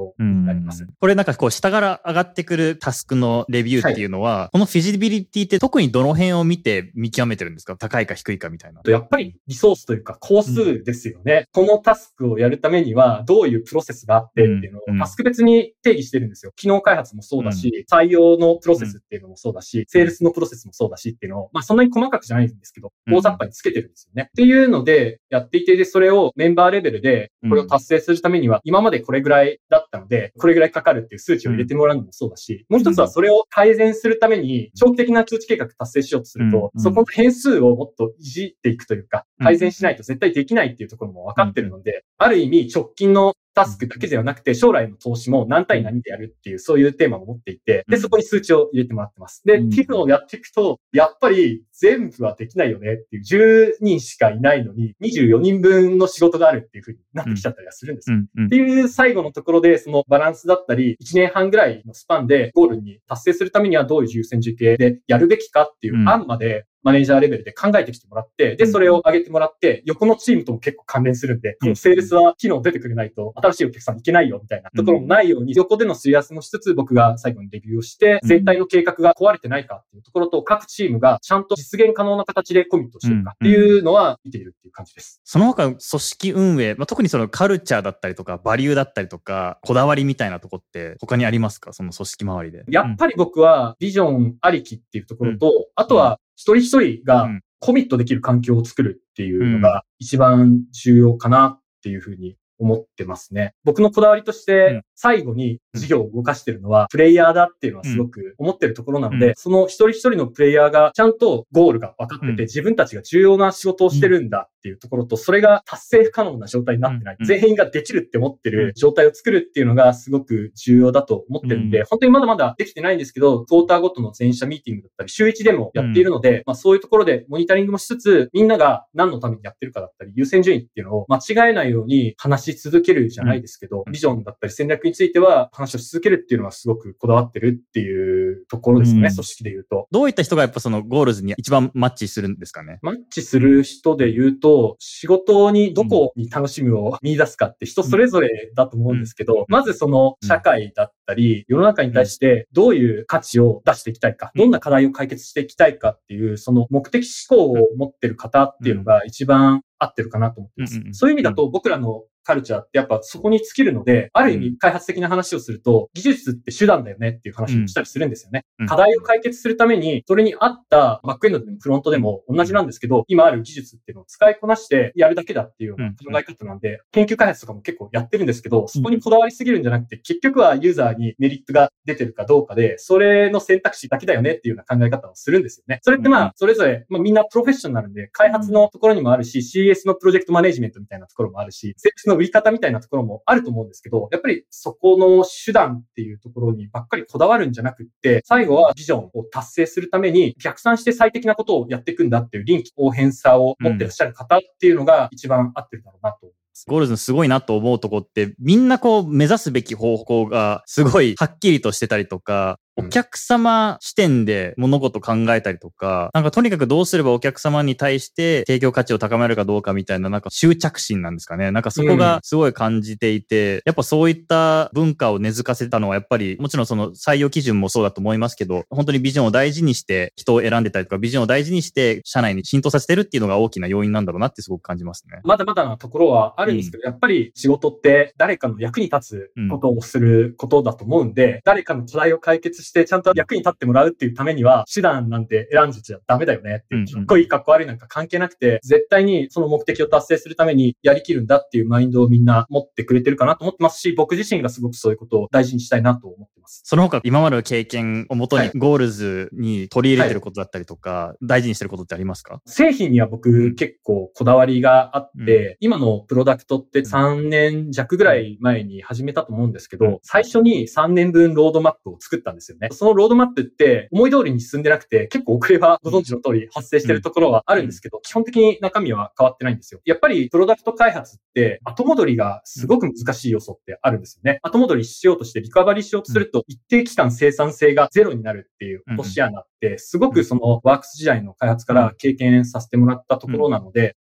ことになります。 これなんかこう下から上がってくるタスクのレビューっていうのは、はい、このフィジビリティって特にどの辺を見て見極めてるんですか？高いか低いかみたいな。 やっぱりリソースというか工数ですよね。うん、このタスクをやるためにはどういうプロセスがあってっていうのをタスク別に定義してるんですよ。機能開発もそうだし、採用のプロセスっていうのもそうだし、セールスのプロセスもそうだしっていうのを、まあそんなに細かくじゃないんですけど、大雑把につけてるんですよね。っていうのでやっていて、で、それをメンバーレベルでこれを達成するためには、今までこれぐらいだったので、これぐらいかかるっていう数値を入れてもらうのもそうだし、もう一つはそれを改善するために長期的な通知計画達成しようとすると、そこの変数をもっといじっていくというか、改善しないと絶対できないっていうところも分かってるので、ある意味直近のタスクだけではなくて、将来の投資も何対何でやるっていう、そういうテーマを持っていて、で、そこに数値を入れてもらってます。で、っていうのをやっていくと、やっぱり全部はできないよねっていう、じゅうにんしかいないのに、にじゅうよにんぶんの仕事があるっていう風になってきちゃったりはするんですよ。っていう最後のところで、そのバランスだったり、いちねんはんぐらいのスパンでゴールに達成するためにはどういう優先順系でやるべきかっていう案まで、マネージャーレベルで考えてきてもらって、で、それを上げてもらって、横のチームとも結構関連するんで、セールスは機能出てくれないと、新しいお客さんいけないよみたいなところもないように、横でのすり合わせもしつつ、僕が最後にレビューをして、全体の計画が壊れてないかっていうところと、各チームがちゃんと実現可能な形でコミットしてるかっていうのは見ているっていう感じです。 その他、組織運営、まあ、特にそのカルチャーだったりとか、バリューだったりとか、こだわりみたいなとこって他にありますか？その組織周りで。 やっぱり僕はビジョンありきっていうところと、うん、あとは一人一人がコミットできる環境を作るっていうのが一番重要かなっていうふうに思ってますね。僕のこだわりとして最後に事業を動かしてるのはプレイヤーだっていうのはすごく思ってるところなので、その一人一人のプレイヤーがちゃんとゴールが分かってて、自分たちが重要な仕事をしてるんだっていうところと、それが達成不可能な状態になってない、全員ができるって思ってる状態を作るっていうのがすごく重要だと思ってるんで、本当にまだまだできてないんですけど、クォーターごとの全社ミーティングだったり、週いちでもやっているので、まあそういうところでモニタリングもしつつ、みんなが何のためにやってるかだったり、優先順位っていうのを間違えないように話し続けるじゃないですけど、ビジョンだったり戦略については話をし続けるっていうのはすごくこだわってるっていうところですね、組織で言うと。 どういった人がやっぱそのゴールズに一番マッチするんですかね？ マッチする人で言うと、仕事にどこに楽しみを見出すかって人それぞれだと思うんですけど、まずその社会だったり、世の中に対してどういう価値を出していきたいか、どんな課題を解決していきたいかっていう、その目的思考を持ってる方っていうのが一番合ってるかなと思ってます。そういう意味だと僕らのカルチャーってやっぱそこに尽きるので、ある意味開発的な話をすると、技術って手段だよねっていう話をしたりするんですよね。うん、課題を解決するために、それに合ったバックエンドでもフロントでも同じなんですけど、今ある技術っていうのを使いこなしてやるだけだっていうような考え方なんで、研究開発とかも結構やってるんですけど、そこにこだわりすぎるんじゃなくて、結局はユーザーにメリットが出てるかどうかで、それの選択肢だけだよねっていうような考え方をするんですよね。それってまあ、それぞれ、まあみんなプロフェッショナルで、開発のところにもあるし、シーエス のプロジェクトマネジメントみたいなところもあるし、セールスの売り方みたいなところもあると思うんですけど、やっぱりそこの手段っていうところにばっかりこだわるんじゃなくって、最後はビジョンを達成するために逆算して最適なことをやっていくんだっていう臨機応変さを持ってらっしゃる方っていうのが一番合ってるだろうなと思います。 ゴールズのすごいなと思うとこって、みんなこう目指すべき方向がすごいはっきりとしてたりとか、お客様視点で物事考えたりとか、なんかとにかくどうすればお客様に対して提供価値を高めるかどうかみたいな、なんか執着心なんですかね。なんかそこがすごい感じていて、やっぱそういった文化を根付かせたのはやっぱり、もちろんその採用基準もそうだと思いますけど、本当にビジョンを大事にして人を選んでたりとか、ビジョンを大事にして社内に浸透させてるっていうのが大きな要因なんだろうなってすごく感じますね。 まだまだなところはあるんですけど、うん、やっぱり仕事って誰かの役に立つことをすることだと思うんで、うん、誰かの課題を解決してちゃんと役に立ってもらうっていうためには手段なんて選んじゃダメだよねっていう、かっこいいかっこ悪いなんか関係なくて、絶対にその目的を達成するためにやりきるんだっていうマインドをみんな持ってくれてるかなと思ってますし、僕自身がすごくそういうことを大事にしたいなと思ってます。 その他今までの経験をもとにゴールズに取り入れてることだったりとか、はい、大事にしてることってありますか？ 製品には僕結構こだわりがあって、うん、今のプロダクトってさんねんじゃくぐらい前に始めたと思うんですけど、うん、最初にさんねんぶんロードマップを作ったんですよね。そのロードマップって思い通りに進んでなくて、結構遅れはご存知の通り発生してるところはあるんですけど、基本的に中身は変わってないんですよ。やっぱりプロダクト開発って後戻りがすごく難しい要素ってあるんですよね。後戻りしようとしてリカバリーしようとすると一定期間生産性がゼロになるっていう落とし穴ってすごくそのワークス時代の開発から経験させてもらったところなので、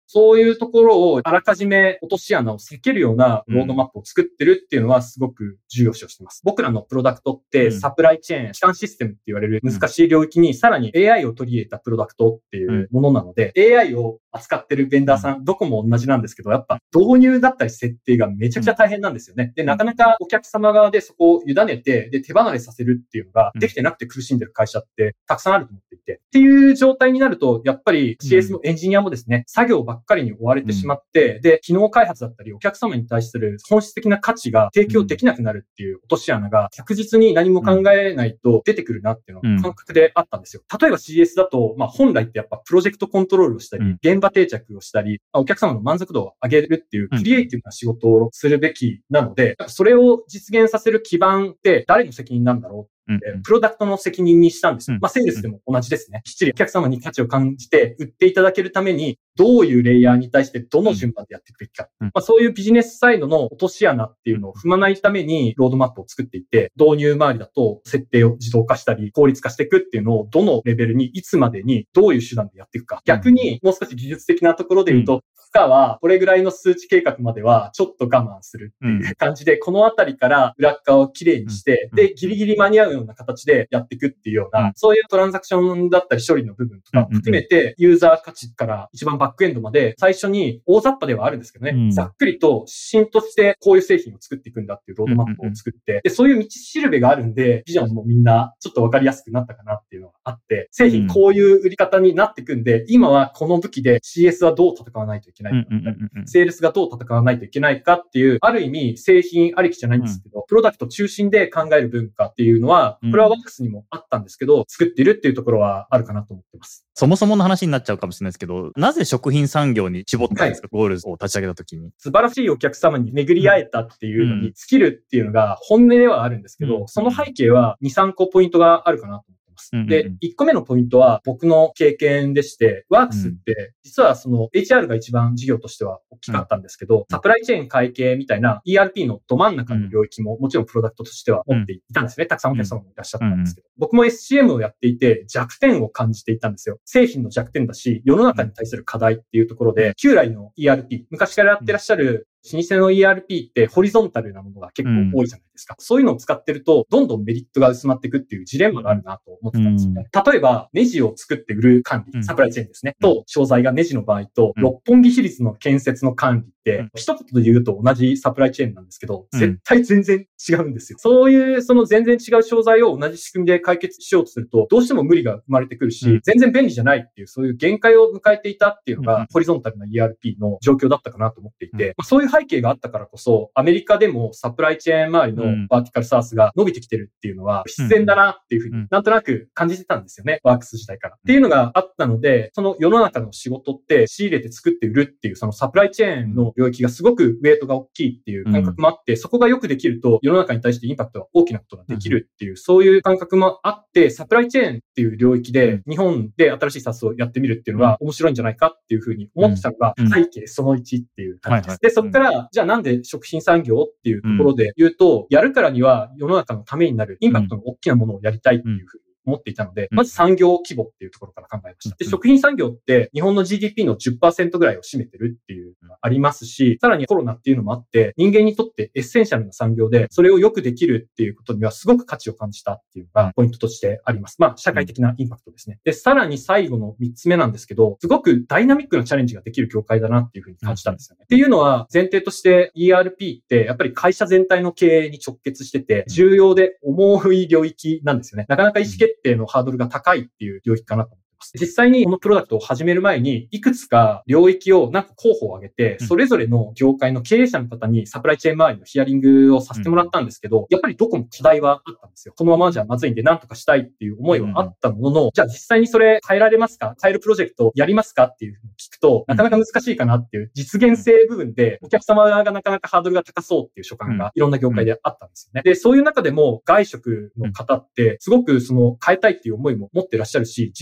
そういうところをあらかじめ落とし穴を避けるようなロードマップを作ってるっていうのはすごく重要視をしています。僕らのプロダクトってサプライチェーン、基幹システムって言われる難しい領域にさらに エーアイ を取り入れたプロダクトっていうものなので、エーアイ を扱ってるベンダーさん、どこも同じなんですけど、やっぱ導入だったり設定がめちゃくちゃ大変なんですよね。で、なかなかお客様側でそこを委ねて、で、手離れさせるっていうのができてなくて苦しんでる会社ってたくさんあると思っていて、っていう状態になると、やっぱり シーエス のエンジニアもですね、作業ばっかりに追われてしまって、で、機能開発だったり、お客様に対する本質的な価値が提供できなくなるっていう落とし穴が確実に何も考えないと出てくるなっていうのが感覚であったんですよ。例えば シーエス だと、まあ本来ってやっぱプロジェクトコントロールをしたり、現場定着をしたり、お客様の満足度を上げるっていうクリエイティブな仕事をするべきなので、それを実現させる基盤って誰の責任なんだろう、プロダクトの責任にしたんですよ。まあ、セールスでも同じですね。きっちりお客様に価値を感じて売っていただけるために、どういうレイヤーに対してどの順番でやっていくべきか。まあ、そういうビジネスサイドの落とし穴っていうのを踏まないためにロードマップを作っていて、導入周りだと設定を自動化したり、効率化していくっていうのをどのレベルにいつまでにどういう手段でやっていくか。逆にもう少し技術的なところで言うと、負荷はこれぐらいの数値計画まではちょっと我慢するっていう感じで、このあたりから裏側をきれいにして、で、ギリギリ間に合うような形でやっていくっていうような、そういうトランザクションだったり処理の部分とか含めて、ユーザー価値から一番バックエンドまで最初に大雑把ではあるんですけどね、ざっくりと指針としてこういう製品を作っていくんだっていうロードマップを作って、で、そういう道しるべがあるんで、ビジョンもみんなちょっとわかりやすくなったかなっていうのがあって、製品こういう売り方になっていくんで、今はこの武器で シーエス はどう戦わないといけないか、セールスがどう戦わないといけないかっていう、ある意味製品ありきじゃないんですけど、プロダクト中心で考える文化っていうのは、これはワックスにもあったんですけど、作っているっていうところはあるかなと思ってます。 そもそもの話になっちゃうかもしれないですけど、なぜ食品産業に絞ったんですか、はい、ゴールズを立ち上げたときに。 素晴らしいお客様に巡り会えたっていうのに、スキルっていうのが本音ではあるんですけど、うん、その背景はに、さんこポイントがあるかなと思ってます。で、いっこめのポイントは僕の経験でして、ワークスって実はその エイチアール が一番事業としては大きかったんですけど、サプライチェーン会計みたいな イーアールピー のど真ん中の領域ももちろんプロダクトとしては持っていたんですね。たくさんお客様もいらっしゃったんですけど、僕も エスシーエム をやっていて弱点を感じていたんですよ。製品の弱点だし、世の中に対する課題っていうところで、旧来の イーアールピー、昔からやってらっしゃる老舗の イーアールピー ってホリゾンタルなものが結構多いじゃないですか。うん、そういうのを使ってると、どんどんメリットが薄まっていくっていうジレンマがあるなと思ってたんですよね。うん、例えば、ネジを作って売る管理、サプライチェーンですね。うん、と、商材がネジの場合と、うん、六本木比率の建設の管理って、うん、一言で言うと同じサプライチェーンなんですけど、絶対全然違うんですよ。そういう、その全然違う商材を同じ仕組みで解決しようとすると、どうしても無理が生まれてくるし、うん、全然便利じゃないっていう、そういう限界を迎えていたっていうのが、うん、ホリゾンタルな イーアールピー の状況だったかなと思っていて、うん、まあ、そういう背景があったからこそ、アメリカでもサプライチェーン周りのバーティカルサースが伸びてきてるっていうのは必然だなっていうふうになんとなく感じてたんですよね。ワークス時代から。っていうのがあったので、その世の中の仕事って仕入れて作って売るっていうそのサプライチェーンの領域がすごくウェイトが大きいっていう感覚もあって、そこがよくできると世の中に対してインパクトが大きなことができるっていう、そういう感覚もあって、サプライチェーンっていう領域で日本で新しいサースをやってみるっていうのが面白いんじゃないかっていうふうに思ってたのが背景そのいちっていう感じです。で、そこからじゃあなんで食品産業っていうところで言うと、やるからには世の中のためになるインパクトの大きなものをやりたいっていうふうに思っていたので、まず産業規模っていうところから考えました。で、食品産業って日本の ジーディーピー の じゅっパーセント ぐらいを占めてるっていうのがありますし、さらにコロナっていうのもあって、人間にとってエッセンシャルな産業で、それをよくできるっていうことにはすごく価値を感じたっていうのがポイントとしてあります。まあ、社会的なインパクトですね。で、さらに最後のみっつめなんですけど、すごくダイナミックなチャレンジができる業界だなっていうふうに感じたんですよね。っていうのは前提として イーアールピー ってやっぱり会社全体の経営に直結してて、重要で重い領域なんですよね。なかなか意思決定のハードルが高いっていう領域かなと思ってます。実際にこのプロダクトを始める前に、いくつか領域をなんか候補を挙げて、それぞれの業界の経営者の方にサプライチェーン周りのヒアリングをさせてもらったんですけど、やっぱりどこも課題はあったんですよ。このままじゃまずいんで何とかしたいっていう思いはあったものの、じゃあ実際にそれ変えられますか？変えるプロジェクトやりますかっていうふうに聞くと、なかなか難しいかなっていう実現性部分で、お客様がなかなかハードルが高そうっていう所感がいろんな業界であったんですよね。で、そういう中でも外食の方ってすごくその変えたいっていう思いも持ってらっしゃるし、実際に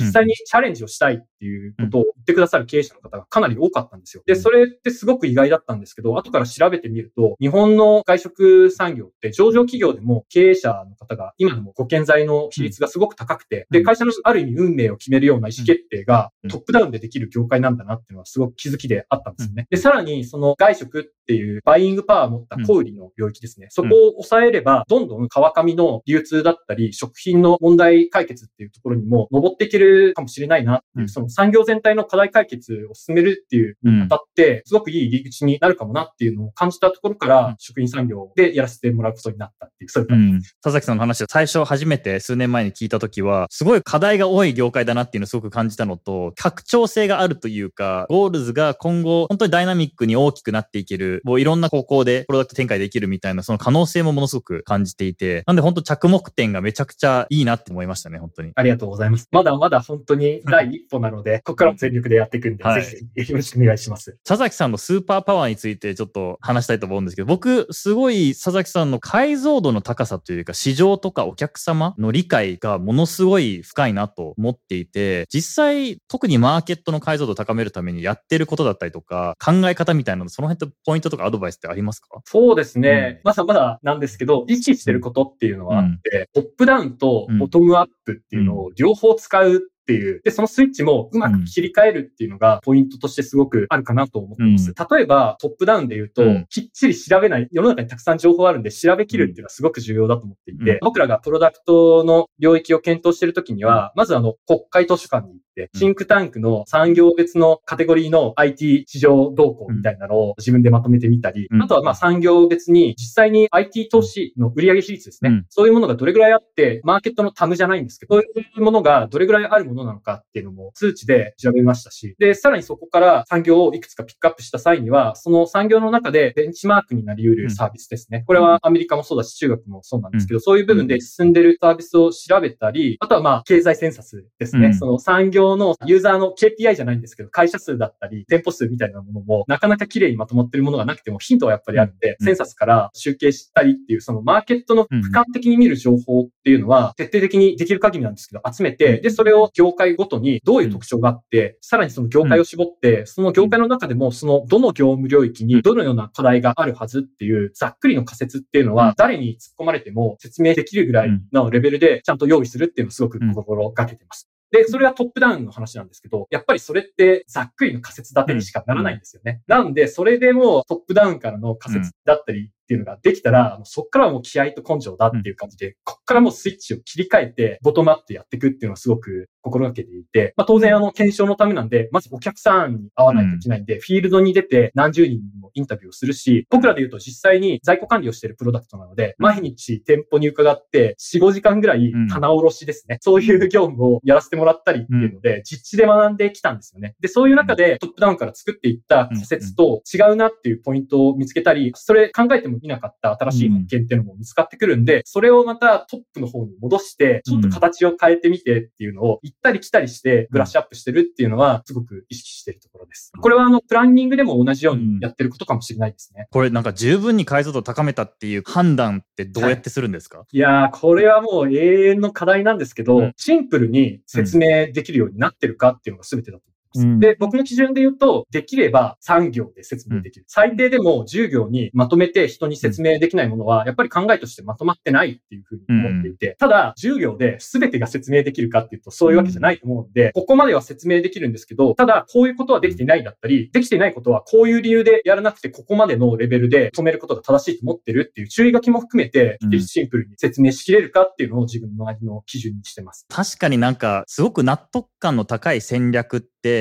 チャレンジをしたいっていうことを言ってくださる経営者の方がかなり多かったんですよ。で、それってすごく意外だったんですけど、後から調べてみると、日本の外食産業って上場企業でも経営者の方が今でもご健在の比率がすごく高くて、で、会社のある意味運命を決めるような意思決定がトップダウンでできる業界なんだなっていうのはすごく気づきであったんですよね。で、さらにその外食っていうバイイングパワーを持った小売りの領域ですね。そこを抑えれば、どんどん川上の流通だったり、食品の問題解決っていうところにも登っていけるかもしれないなっていう、その産業全体の課題解決を進めるっていうにあたって、すごくいい入り口になるかもなっていうのを感じたところから、食品産業でやらせてもらうことになったっていう、そういう感じです。 佐々木さんの話を最初初めて数年前に聞いたときは、すごい課題が多い業界だなっていうのをすごく感じたのと、拡張性があるというか、ゴールズが今後本当にダイナミックに大きくなっていける、もういろんな方向でプロダクト展開できるみたいな、その可能性もものすごく感じていて、なんで本当着目点がめちゃくちゃいいなって思いましたね、本当に。 ありがとうございます。まだまだ本当に第一歩なので、ここからも全力でやっていくんで、はい、ぜひよろしくお願いします。 佐々木さんのスーパーパワーについてちょっと話したいと思うんですけど、僕、すごい佐々木さんの解像度の高さというか、市場とかお客様の理解がものすごい深いなと思っていて、実際、特にマーケットの解像度を高めるためにやってることだったりとか、考え方みたいなの、その辺とポイントとかアドバイスってありますか？ そうですね。うん、まだまだなんですけど、意識してることっていうのはあって、うん、トップダウンとボトムアップっていうのを両方使うっていう。で、そのスイッチもうまく切り替えるっていうのがポイントとしてすごくあるかなと思ってます。うん、例えばトップダウンで言うと、うん、きっちり調べない、世の中にたくさん情報あるんで調べきるっていうのはすごく重要だと思っていて、うん、僕らがプロダクトの領域を検討しているときには、まずあの国会図書館に行って、シンクタンクの産業別のカテゴリーの アイティー 市場動向みたいなのを自分でまとめてみたり、うん、あとはまあ産業別に実際に アイティー 投資の売上比率ですね、うん。そういうものがどれぐらいあって、マーケットのタムじゃないんですけど、そういうものがどれぐらいあるものなのかっていうのも数値で調べましたし、で、さらにそこから産業をいくつかピックアップした際には、その産業の中でベンチマークになり得るサービスですね。これはアメリカもそうだし、中国もそうなんですけど、そういう部分で進んでるサービスを調べたり、あとはまあ経済センサスですね。その産業のユーザーのケーピーアイ じゃないんですけど、会社数だったり、店舗数みたいなものも、なかなか綺麗にまとまってるものがなくても、ヒントはやっぱりあるんで、センサスから集計したりっていう、そのマーケットの俯瞰的に見る情報っていうのは、徹底的にできる限りなんですけど、集めて、で、それを業界ごとにどういう特徴があって、さらにその業界を絞って、その業界の中でも、そのどの業務領域にどのような課題があるはずっていう、ざっくりの仮説っていうのは、誰に突っ込まれても説明できるぐらいのレベルでちゃんと用意するっていうのをすごく心がけてます。で、それはトップダウンの話なんですけど、やっぱりそれってざっくりの仮説立てにしかならないんですよね。うん、なんで、それでもトップダウンからの仮説だったりっていうのができたら、そっからはもう気合と根性だっていう感じで、こっからもうスイッチを切り替えて、ボトムアップやっていくっていうのはすごく心がけていて、まあ当然あの検証のためなんで、まずお客さんに会わないといけないんで、うん、フィールドに出て何十人にもインタビューをするし、僕らで言うと実際に在庫管理をしているプロダクトなので、毎日店舗に伺って、よん、ごじかんぐらい棚卸しですね。うん、そういう業務をやらせてもらったりっていうので、実地で学んできたんですよね。で、そういう中でトップダウンから作っていった仮説と違うなっていうポイントを見つけたり、それ考えてもいなかった新しい発見っていうのも見つかってくるんで、それをまたトップの方に戻して、ちょっと形を変えてみてっていうのを行ったり来たりしてブラッシュアップしてるっていうのはすごく意識しているところです。これはあのプランニングでも同じようにやってることかもしれないですね。 これなんか十分に解像度を高めたっていう判断ってどうやってするんですか？はい、 いやー、これはもう永遠の課題なんですけど、うん、シンプルに説明できるようになってるかっていうのが全てだと思います。うん、で、僕の基準で言うと、できればさん行で説明できる。うん、最低でもじゅう行にまとめて人に説明できないものは、やっぱり考えとしてまとまってないっていうふうに思っていて、うん、ただじゅう行で全てが説明できるかっていうと、そういうわけじゃないと思うので、ここまでは説明できるんですけど、ただこういうことはできていないだったり、できていないことはこういう理由でやらなくて、ここまでのレベルで止めることが正しいと思ってるっていう注意書きも含めて、シンプルに説明しきれるかっていうのを自分の周りの基準にしてます。 確かになんか、すごく納得感の高い戦略って、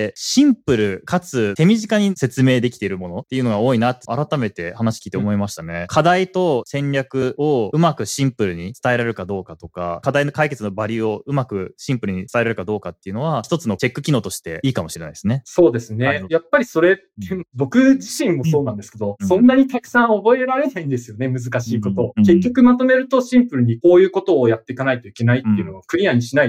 シンプルかつ手短に説明できているものっていうのが多いなって改めて話聞いて思いましたね。うん、課題と戦略をうまくシンプルに伝えられるかどうかとか、課題の解決のバリューをうまくシンプルに伝えられるかどうかっていうのは一つのチェック機能としていいかもしれないですね。 そうですね。やっぱりそれって僕自身もそうなんですけど、うん、そんなにたくさん覚えられないんですよね、難しいこと。うん、結局まとめるとシンプルにこういうことをやっていかないといけないっていうのをクリアにしないと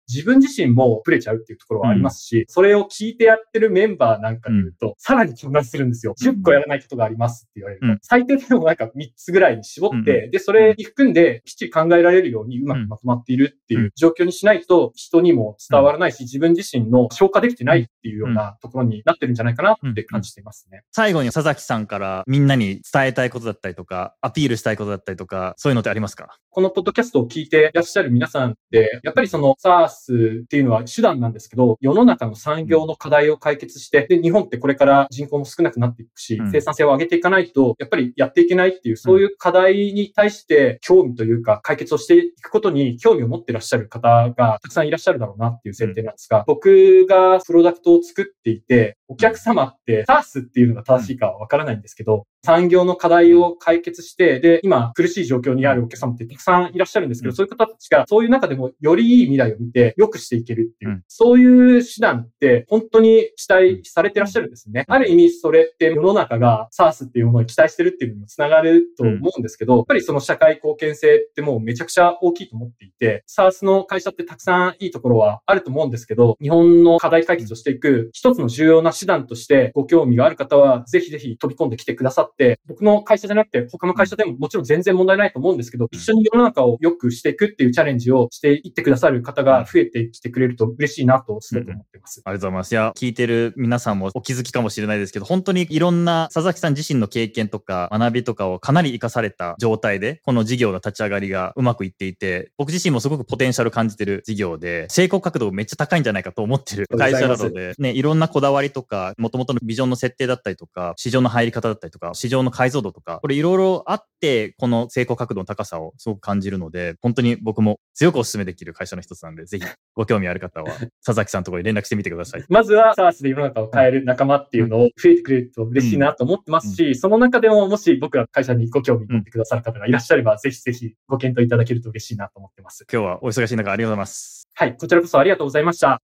自分自身もブレちゃうっていうところはありますし、うん、それを聞いてやってるメンバーなんかで言うと、うん、さらに混乱するんですよ。じゅっこやらないことがありますって言われると、うん、最低でもなんかみっつぐらいに絞って、うん、で、それに含んできっちり考えられるようにうまくまとまっているっていう状況にしないと、人にも伝わらないし、自分自身の消化できてないっていうようなところになってるんじゃないかなって感じていますね。 最後に佐々木さんからみんなに伝えたいことだったりとか、アピールしたいことだったりとか、そういうのってありますか？ このポッドキャストを聞いていらっしゃる皆さんって、やっぱりその SaaS っていうのは手段なんですけど、世の中の産業の課題を解決して、で、日本ってこれから人口も少なくなっていくし、生産性を上げていかないと、やっぱりやっていけないっていう、そういう課題に対して興味というか、解決をしていくことに興味を持っていらっしゃる方がたくさんいらっしゃるだろうなっていう設定なんですが、僕がプロダクトを作っていて、お客様って SaaS っていうのが正しいかはわからないんですけど、産業の課題を解決して、で、今苦しい状況にあるお客様ってたくさんいらっしゃるんですけど、そういう方たちがそういう中でもよりいい未来を見て良くしていけるっていう、そういう手段って本当に期待されてらっしゃるんですね。ある意味それって世の中が SaaS っていうものに期待してるっていうのにもつながると思うんですけど、やっぱりその社会貢献性ってもうめちゃくちゃ大きいと思っていて、SaaS の会社ってたくさんいいところはあると思うんですけど、日本の課題解決をしていく一つの重要な手段としてご興味がある方はぜひぜひ飛び込んできてくださって、僕の会社じゃなくて他の会社でももちろん全然問題ないと思うんですけど、一緒に世の中を良くしていくっていうチャレンジをしていってくださる方が増えてきてくれると嬉しいなとすごく思っています。 うん、ありがとうございます。いや、聞いてる皆さんもお気づきかもしれないですけど、本当にいろんな佐々木さん自身の経験とか学びとかをかなり活かされた状態で、この事業の立ち上がりがうまくいっていて、僕自身もすごくポテンシャル感じてる事業で、成功角度めっちゃ高いんじゃないかと思ってる会社なので、ね、いろんなこだわりとか、元々のビジョンの設定だったりとか、市場の入り方だったりとか、市場の解像度とか、これいろいろあって、この成功角度の高さをすごく感じるので、本当に僕も強くお勧めできる会社の一つなんで、ぜひご興味ある方は佐々木さんのところに連絡してみてください。 まずは SaaS で世の中を変える仲間っていうのを増えてくれると嬉しいなと思ってますし、うんうん、その中でももし僕が会社にご興味持ってくださる方がいらっしゃれば、うん、ぜひぜひご検討いただけると嬉しいなと思ってます。 今日はお忙しい中ありがとうございます。 はい、こちらこそありがとうございました。